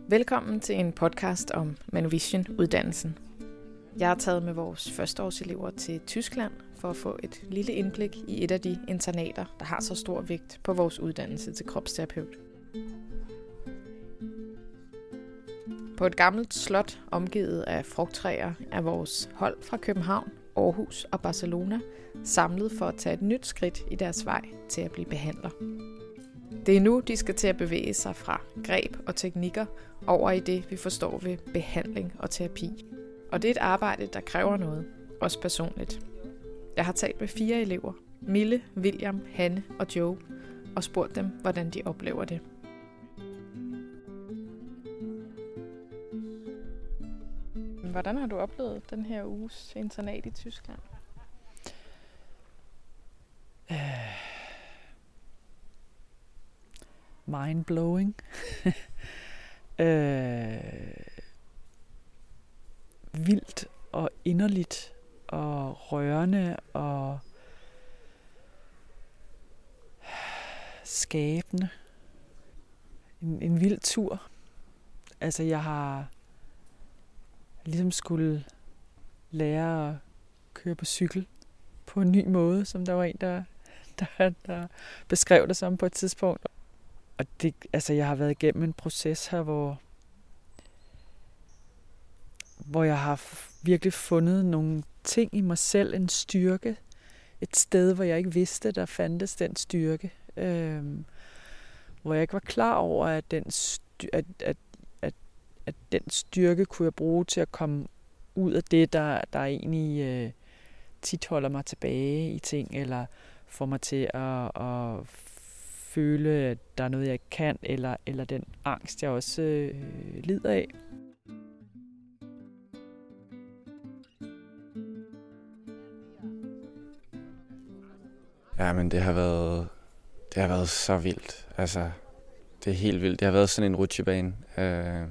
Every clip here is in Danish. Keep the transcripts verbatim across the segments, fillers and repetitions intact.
Velkommen til en podcast om Manovision-uddannelsen. Jeg har taget med vores førsteårselever til Tyskland for at få et lille indblik i et af de internater, der har så stor vægt på vores uddannelse til kropsterapeut. På et gammelt slot omgivet af frugttræer er vores hold fra København, Aarhus og Barcelona samlet for at tage et nyt skridt i deres vej til at blive behandler. Det er nu, de skal til at bevæge sig fra greb og teknikker over i det, vi forstår ved behandling og terapi. Og det er et arbejde, der kræver noget, også personligt. Jeg har talt med fire elever, Mille, William, Hanne og Joe, og spurgt dem, hvordan de oplever det. Hvordan har du oplevet den her uges internat i Tyskland? Uh, mind-blowing. uh, vildt og inderligt og rørende og skabende. En, en vild tur. Altså jeg har ligesom skulle lære at køre på cykel på en ny måde, som der var en, der, der, der beskrev det som på et tidspunkt. Og det, altså jeg har været igennem en proces her, hvor, hvor jeg har virkelig fundet nogle ting i mig selv, en styrke, et sted, hvor jeg ikke vidste, der fandtes den styrke. Øhm, hvor jeg ikke var klar over, at den, styr, at, at, at, at den styrke kunne jeg bruge til at komme ud af det, der, der egentlig øh, tit holder mig tilbage i ting, eller får mig til at, at føle, at der er noget, jeg ikke kan, eller, eller den angst, jeg også øh, lider af. Ja, men det har været, det har været så vildt. Altså, det er helt vildt. Det har været sådan en rutsjebane. Øh,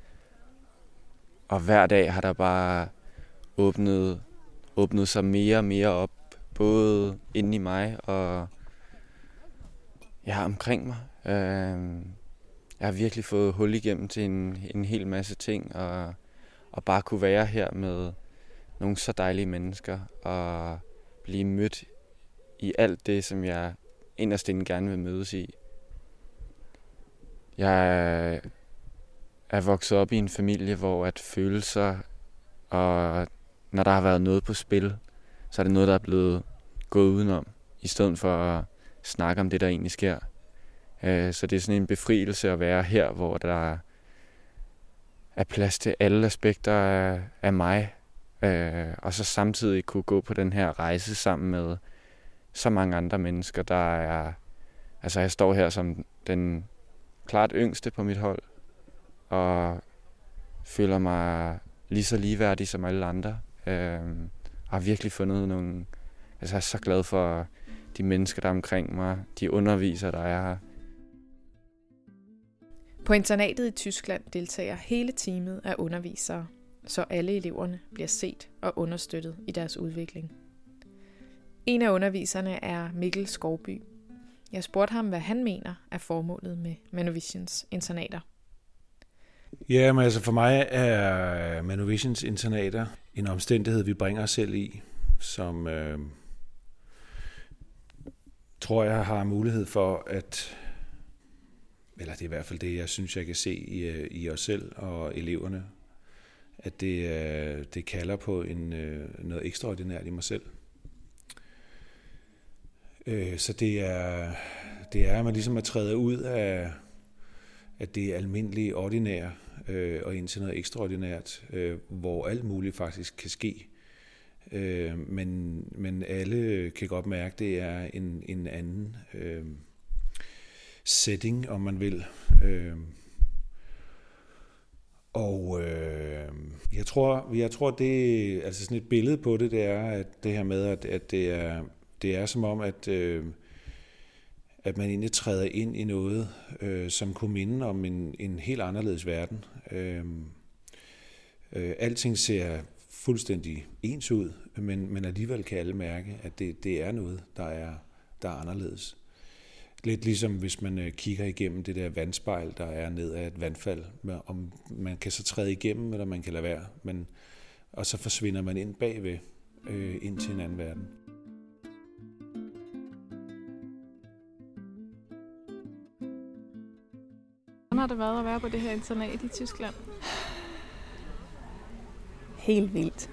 og hver dag har der bare åbnet, åbnet sig mere og mere op, både inde i mig og ja, omkring mig. Øh, jeg har virkelig fået hul igennem til en, en hel masse ting, og, og bare kunne være her med nogle så dejlige mennesker, og blive mødt i alt det, som jeg inderst inde gerne vil mødes i. Jeg er vokset op i en familie, hvor at følelser, og når der har været noget på spil, så er det noget, der er blevet gået udenom, i stedet for at snakke om det, der egentlig sker. Så det er sådan en befrielse at være her, hvor der er plads til alle aspekter af mig, og så samtidig kunne gå på den her rejse sammen med så mange andre mennesker, der er... Altså, jeg står her som den klart yngste på mit hold, og føler mig lige så ligeværdig som alle andre. Øh, og har virkelig fundet nogle... Altså, jeg er så glad for de mennesker, der er omkring mig, de undervisere, der er her. På internatet i Tyskland deltager hele teamet af undervisere, så alle eleverne bliver set og understøttet i deres udvikling. En af underviserne er Mikkel Skovby. Jeg spurgte ham, hvad han mener er formålet med Manovisions internater. Ja, men altså for mig er Manovisions internater en omstændighed, vi bringer os selv i, som øh, tror jeg har mulighed for at, eller det er i hvert fald det, jeg synes, jeg kan se i, i os selv og eleverne, at det, øh, det kalder på en, øh, noget ekstraordinært i mig selv. Så det er, det er, at man ligesom er trædet ud af, af det almindelige, ordinære øh, og ind til noget ekstraordinært, øh, hvor alt muligt faktisk kan ske. Øh, men, men alle kan godt mærke, at det er en, en anden øh, setting, om man vil. Øh, og øh, jeg tror, jeg tror det, altså sådan et billede på det, det er, at det her med, at, at det er Det er som om, at, øh, at man egentlig træder ind i noget, øh, som kunne minde om en, en helt anderledes verden. Øh, øh, alting ser fuldstændig ens ud, men, men alligevel kan alle mærke, at det, det er noget, der er, der er anderledes. Lidt ligesom hvis man kigger igennem det der vandspejl, der er ned ad et vandfald, om man kan så træde igennem, eller man kan lade være, men, og så forsvinder man ind bagved, øh, ind til en anden verden. Hvordan har det været at være på det her internat i Tyskland? Helt vildt.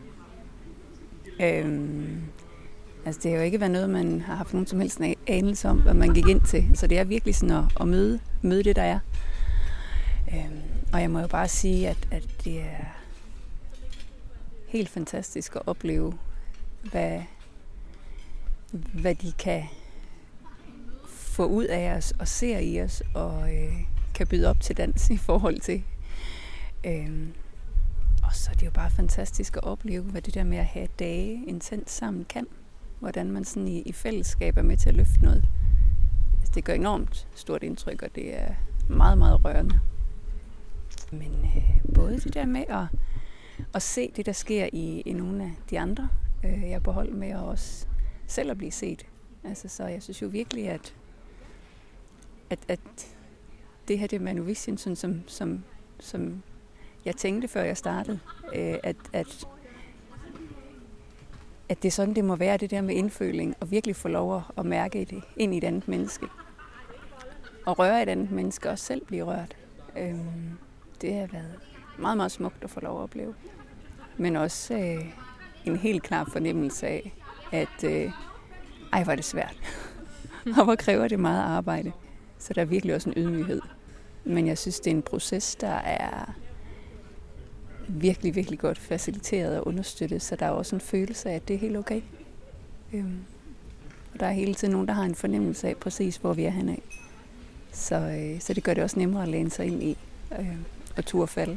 Øhm, altså det har jo ikke været noget, man har haft nogen som helst anelse om, hvad man gik ind til. Så det er virkelig sådan at, at møde, møde det, der er. Øhm, og jeg må jo bare sige, at, at det er helt fantastisk at opleve, hvad, hvad de kan få ud af os og ser i os, og øh, kan byde op til dans i forhold til. Øhm, og så er det jo bare fantastisk at opleve, hvad det der med at have dage intens sammen kan. Hvordan man sådan i, i fællesskab er med til at løfte noget. Altså, det gør enormt stort indtryk, og det er meget, meget rørende. Men øh, både det der med at, at se det, der sker i, i nogle af de andre, øh, jeg er på hold med, og også selv at blive set. Altså, så jeg synes jo virkelig, at, at, at det her, det er Manu Vision, sådan som, som, som jeg tænkte, før jeg startede, øh, at, at, at det er sådan, det må være, det der med indføling, og virkelig få lov at mærke det ind i et andet menneske. Og røre et andet menneske, og også selv blive rørt. Øh, det har været meget, meget smukt at få lov at opleve. Men også øh, en helt klar fornemmelse af, at øh, ej, hvor er det svært. Og hvor kræver det meget arbejde. Så der er virkelig også en ydmyghed. Men jeg synes, det er en proces, der er virkelig, virkelig godt faciliteret og understøttet. Så der er også en følelse af, at det er helt okay. Øhm, og der er hele tiden nogen, der har en fornemmelse af præcis, hvor vi er henad. Så, øh, så det gør det også nemmere at læne sig ind i øh, og turde falde.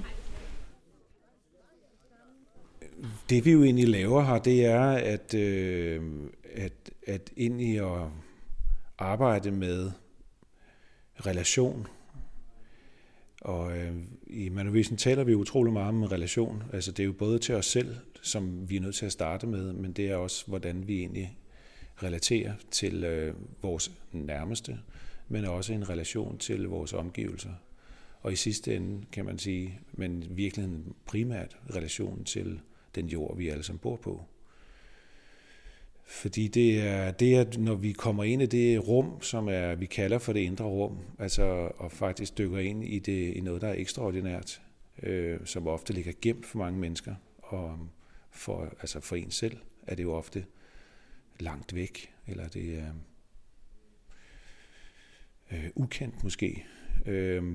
Det vi jo egentlig laver her, det er at, øh, at, at ind i at arbejde med relation. Og øh, i Manu Vision taler vi utrolig meget om relation. Altså det er jo både til os selv, som vi er nødt til at starte med, men det er også, hvordan vi egentlig relaterer til øh, vores nærmeste, men også en relation til vores omgivelser. Og i sidste ende kan man sige, men virkelig en primært relation til den jord, vi alle sammen bor på. Fordi det er, det er, når vi kommer ind i det rum, som er, vi kalder for det indre rum, altså og faktisk dykker ind i, det, i noget, der er ekstraordinært, øh, som ofte ligger gemt for mange mennesker, og for, altså for en selv er det jo ofte langt væk, eller det er øh, ukendt måske. Øh,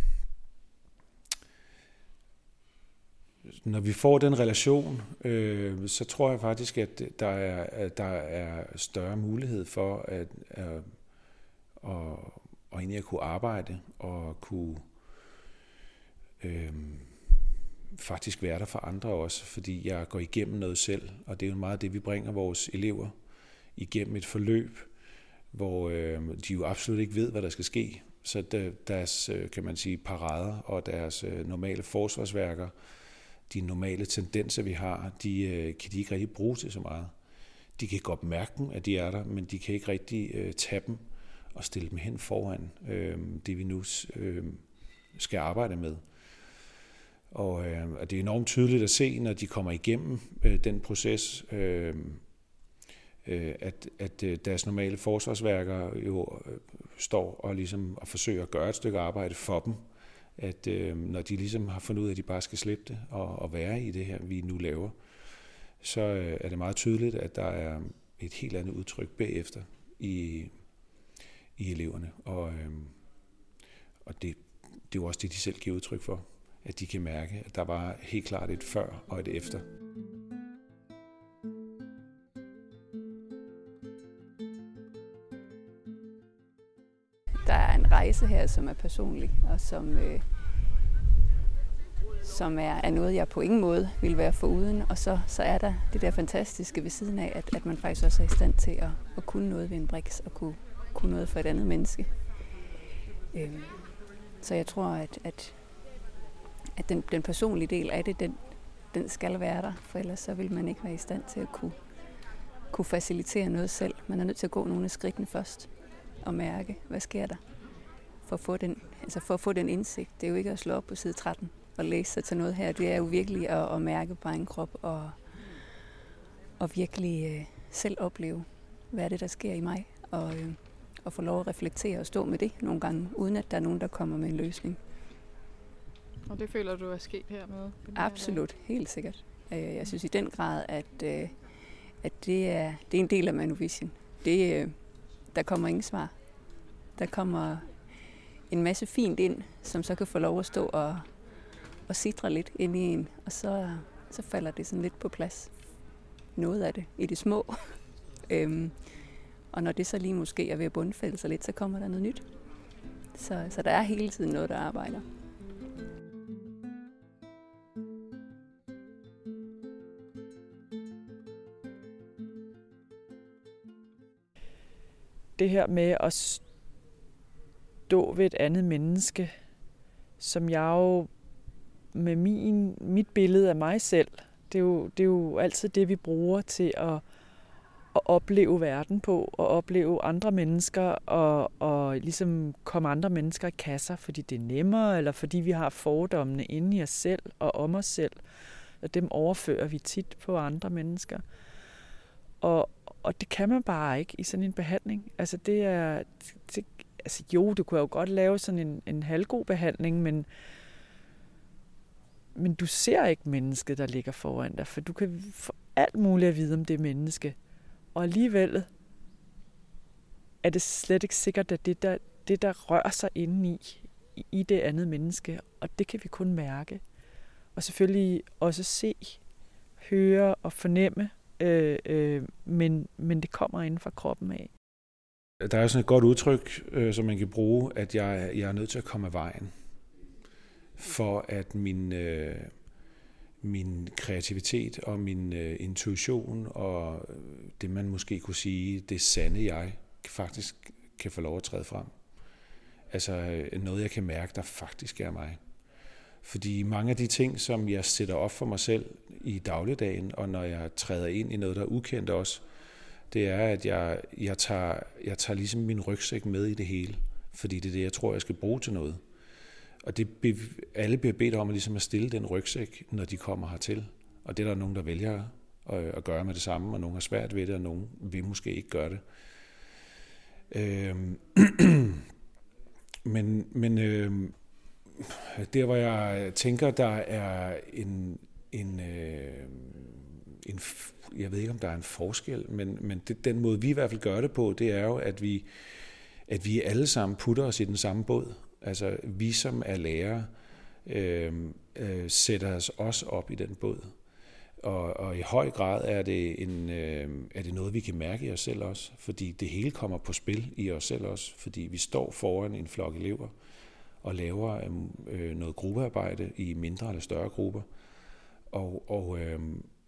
Når vi får den relation, øh, så tror jeg faktisk, at der er, at der er større mulighed for at, at, at, at egentlig at kunne arbejde og kunne øh, faktisk være der for andre også, fordi jeg går igennem noget selv, og det er jo meget det, vi bringer vores elever igennem et forløb, hvor øh, de jo absolut ikke ved, hvad der skal ske. Så der, deres, kan man sige, parader og deres normale forsvarsværker, de normale tendenser, vi har, de kan de ikke rigtig bruge til så meget. De kan godt mærke dem, at de er der, men de kan ikke rigtig øh, tage dem og stille dem hen foran øh, det, vi nu øh, skal arbejde med. Og, øh, og det er enormt tydeligt at se, når de kommer igennem øh, den proces, øh, øh, at, at deres normale forsvarsværker jo øh, står og, ligesom, og forsøger at gøre et stykke arbejde for dem. At øh, når de ligesom har fundet ud af, at de bare skal slippe det og, og være i det her, vi nu laver, så øh, er det meget tydeligt, at der er et helt andet udtryk bagefter i, i eleverne. Og, øh, og det, det er jo også det, de selv giver udtryk for, at de kan mærke, at der var helt klart et før og et efter. Der er en rejse her, som er personlig, og som, øh, som er, er noget, jeg på ingen måde vil være foruden. Og så, så er der det der fantastiske ved siden af, at, at man faktisk også er i stand til at, at kunne noget ved en briks, og kunne, kunne noget for et andet menneske. Øh, så jeg tror, at, at, at den, den personlige del af det, den, den skal være der, for ellers så vil man ikke være i stand til at kunne, kunne facilitere noget selv. Man er nødt til at gå nogle af skridtene først. og mærke, hvad sker der, for at få den, altså for at få den indsigt. Det er jo ikke at slå op på side tretten og læse sig til noget her. Det er jo virkelig at, at mærke på egen krop og, og virkelig øh, selv opleve, hvad er det, der sker i mig, og, øh, og få lov at reflektere og stå med det nogle gange, uden at der er nogen, der kommer med en løsning. Og det føler du er sket her med? Absolut, helt sikkert. Jeg synes i den grad, at, at det, er, det er en del af Manovision. Det, der kommer ingen svar. Der kommer en masse fint ind, som så kan få lov at stå og, og sidre lidt ind i en, og så, så falder det sådan lidt på plads. Noget af det i det små. øhm, og når det så lige måske er ved at bundfælde sig lidt, så kommer der noget nyt. Så, så der er hele tiden noget, der arbejder. Det her med at stå ved et andet menneske, som jeg jo med min, mit billede af mig selv, det er, jo, det er jo altid det, vi bruger til at, at opleve verden på, og opleve andre mennesker, og, og ligesom komme andre mennesker i kasser, fordi det er nemmere, eller fordi vi har fordommene inde i os selv og om os selv, og dem overfører vi tit på andre mennesker. Og Og det kan man bare ikke i sådan en behandling. Altså det er, det, altså jo, du kunne jo godt lave sådan en, en halvgod behandling, men, men du ser ikke mennesket, der ligger foran dig, for du kan få alt muligt at vide om det menneske. Og alligevel er det slet ikke sikkert, at det der, det der rører sig inde i, i det andet menneske, og det kan vi kun mærke. Og selvfølgelig også se, høre og fornemme, Øh, øh, men, men det kommer inden fra kroppen af. Der er sådan et godt udtryk, øh, som man kan bruge, at jeg, jeg er nødt til at komme af vejen, for at min, øh, min kreativitet og min øh, intuition og det, man måske kunne sige, det sande jeg, faktisk kan få lov at træde frem. Altså noget, jeg kan mærke, der faktisk er mig. Fordi mange af de ting, som jeg sætter op for mig selv i dagligdagen, og når jeg træder ind i noget, der er ukendt også, det er, at jeg, jeg, tager, jeg tager ligesom min rygsæk med i det hele. Fordi det er det, jeg tror, jeg skal bruge til noget. Og det, alle bliver bedt om at, ligesom at stille den rygsæk, når de kommer hertil. Og det er der nogen, der vælger at, at gøre med det samme, og nogen har svært ved det, og nogen vil måske ikke gøre det. Øhm. men men øhm, der, hvor jeg tænker, der er en, en, øh, en, jeg ved ikke, om der er en forskel, men, men det, den måde, vi i hvert fald gør det på, det er jo, at vi, at vi alle sammen putter os i den samme båd. Altså, vi som er lærere, øh, øh, sætter os også op i den båd. Og, og i høj grad er det, en, øh, er det noget, vi kan mærke i os selv også, fordi det hele kommer på spil i os selv også, fordi vi står foran en flok elever, og laver øh, noget gruppearbejde i mindre eller større grupper. Og, og øh,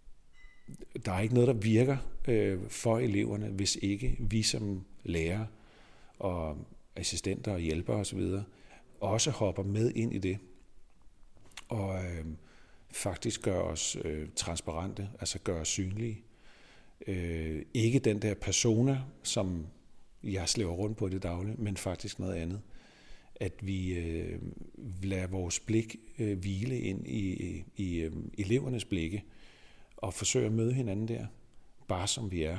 der er ikke noget, der virker øh, for eleverne, hvis ikke vi som lærere og assistenter og hjælpere osv. også hopper med ind i det. Og øh, faktisk gør os øh, transparente, altså gør os synlige. Øh, ikke den der persona, som jeg slæver rundt på i det daglige, men faktisk noget andet. At vi øh, lader vores blik øh, hvile ind i, i øh, elevernes blikke og forsøger at møde hinanden der, bare som vi er.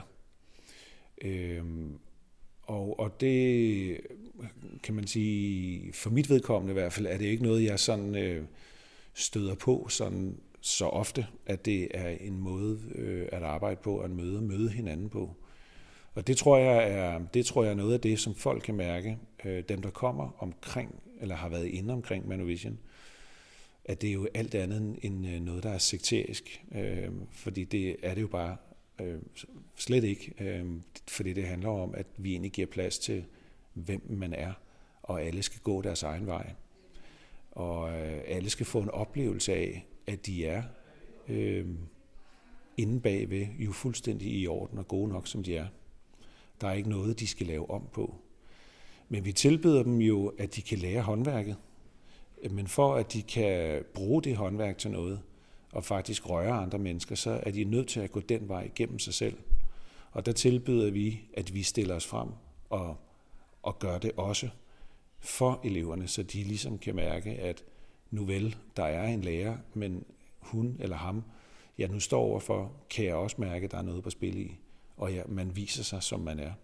Øh, og, og det kan man sige, for mit vedkommende i hvert fald, er det ikke noget, jeg sådan øh, støder på sådan, så ofte, at det er en måde øh, at arbejde på, at møde og møde hinanden på. Og det tror jeg er, det tror jeg er noget af det, som folk kan mærke, øh, dem der kommer omkring, eller har været inde omkring Manovision, at det er jo alt andet end noget, der er sekterisk. Øh, fordi det er det jo bare øh, slet ikke. Øh, fordi det handler om, at vi egentlig giver plads til, hvem man er, og alle skal gå deres egen vej. Og øh, alle skal få en oplevelse af, at de er øh, inde bagved jo fuldstændig i orden og gode nok, som de er. Der er ikke noget, de skal lave om på. Men vi tilbyder dem jo, at de kan lære håndværket. Men for at de kan bruge det håndværk til noget, og faktisk røre andre mennesker, så er de nødt til at gå den vej igennem sig selv. Og der tilbyder vi, at vi stiller os frem og, og gør det også for eleverne, så de ligesom kan mærke, at nu vel, der er en lærer, men hun eller ham, jeg nu står overfor, kan jeg også mærke, at der er noget på spil i, og ja, man viser sig, som man er.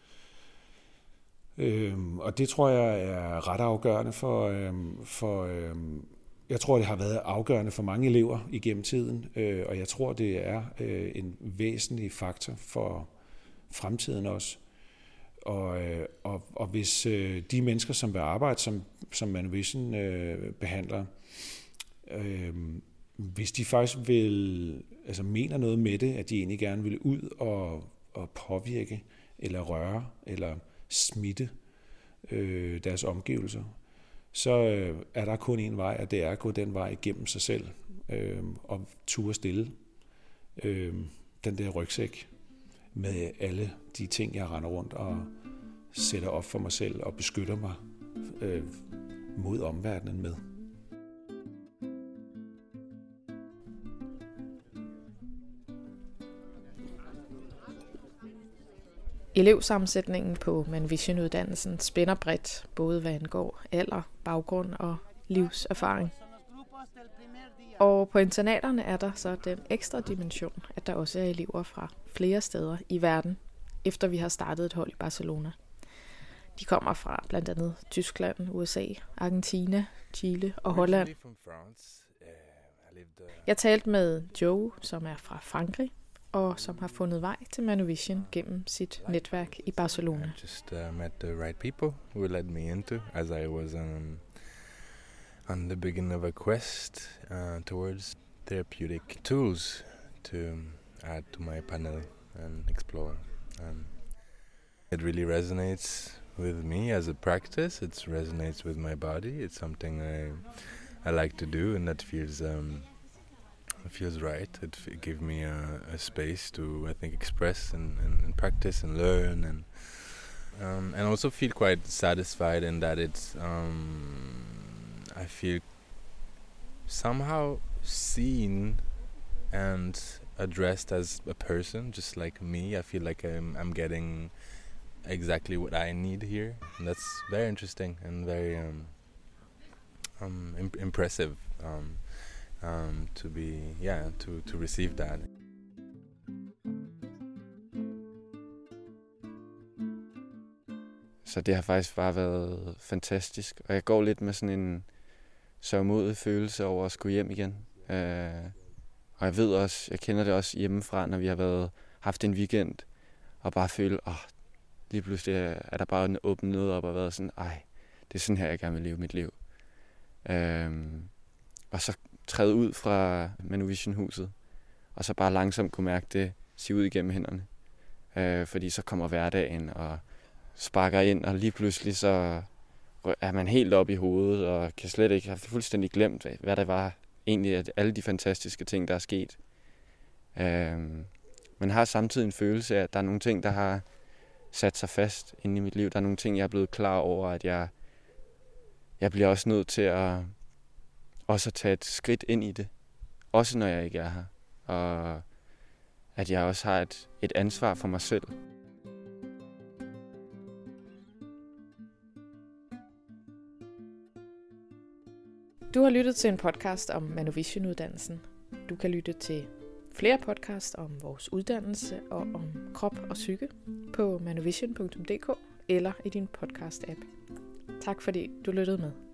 Øhm, og det tror jeg er ret afgørende for, øhm, for øhm, jeg tror, det har været afgørende for mange elever igennem tiden, øh, og jeg tror, det er øh, en væsentlig faktor for fremtiden også. Og, øh, og, og hvis øh, de mennesker, som vil arbejde som, som Manovision øh, behandler, øh, hvis de faktisk vil, altså mener noget med det, at de egentlig gerne vil ud og, og påvirke, eller røre, eller smitte øh, deres omgivelser, så øh, er der kun en vej, og det er at gå den vej igennem sig selv, øh, og ture stille øh, den der rygsæk med alle de ting, jeg render rundt og sætter op for mig selv og beskytter mig øh, mod omverdenen med. Elevsammensætningen på Manovision-uddannelsen spænder bredt, både hvad angår alder, baggrund og livserfaring. Og på internaterne er der så den ekstra dimension, at der også er elever fra flere steder i verden, efter vi har startet et hold i Barcelona. De kommer fra blandt andet Tyskland, U S A, Argentina, Chile og Holland. Jeg talte med Joe, som er fra Frankrig, og som har fundet vej til Manovision gennem sit netværk i Barcelona. I just uh, met the right people who led me into, as I was um, on the beginning of a quest uh, towards therapeutic tools to add to my panel and explore. Um, it really resonates with me as a practice. It resonates with my body. It's something I I like to do, and that feels um, it feels right. It, it gives me a, a space to, I think, express and, and, and practice and learn, and um, and also feel quite satisfied in that it's. Um, I feel somehow seen and addressed as a person, just like me. I feel like I'm I'm getting exactly what I need here, and that's very interesting and very um, um, imp- impressive. Um, Um, to be, yeah, to, to receive that. Så det har faktisk bare været fantastisk, og jeg går lidt med sådan en sørgmodig følelse over at skulle hjem igen. Uh, og jeg ved også, jeg kender det også hjemmefra, når vi har været haft en weekend, og bare føle, åh, oh, lige pludselig er der bare åbnet noget op og været sådan, ej, det er sådan her, jeg gerne vil leve mit liv. Uh, og så træde ud fra Manovision-huset, og så bare langsomt kunne mærke det sige ud igennem hænderne. Øh, fordi så kommer hverdagen og sparker ind, og lige pludselig så er man helt oppe i hovedet, og kan slet ikke have fuldstændig glemt, hvad der var egentlig, at alle de fantastiske ting, der er sket. Øh, man har samtidig en følelse af, at der er nogle ting, der har sat sig fast inde i mit liv. Der er nogle ting, jeg er blevet klar over, at jeg, jeg bliver også nødt til at også at tage et skridt ind i det. Også når jeg ikke er her. Og at jeg også har et, et ansvar for mig selv. Du har lyttet til en podcast om Manovision-uddannelsen. Du kan lytte til flere podcasts om vores uddannelse og om krop og psyke på manovision punktum d k eller i din podcast-app. Tak fordi du lyttede med.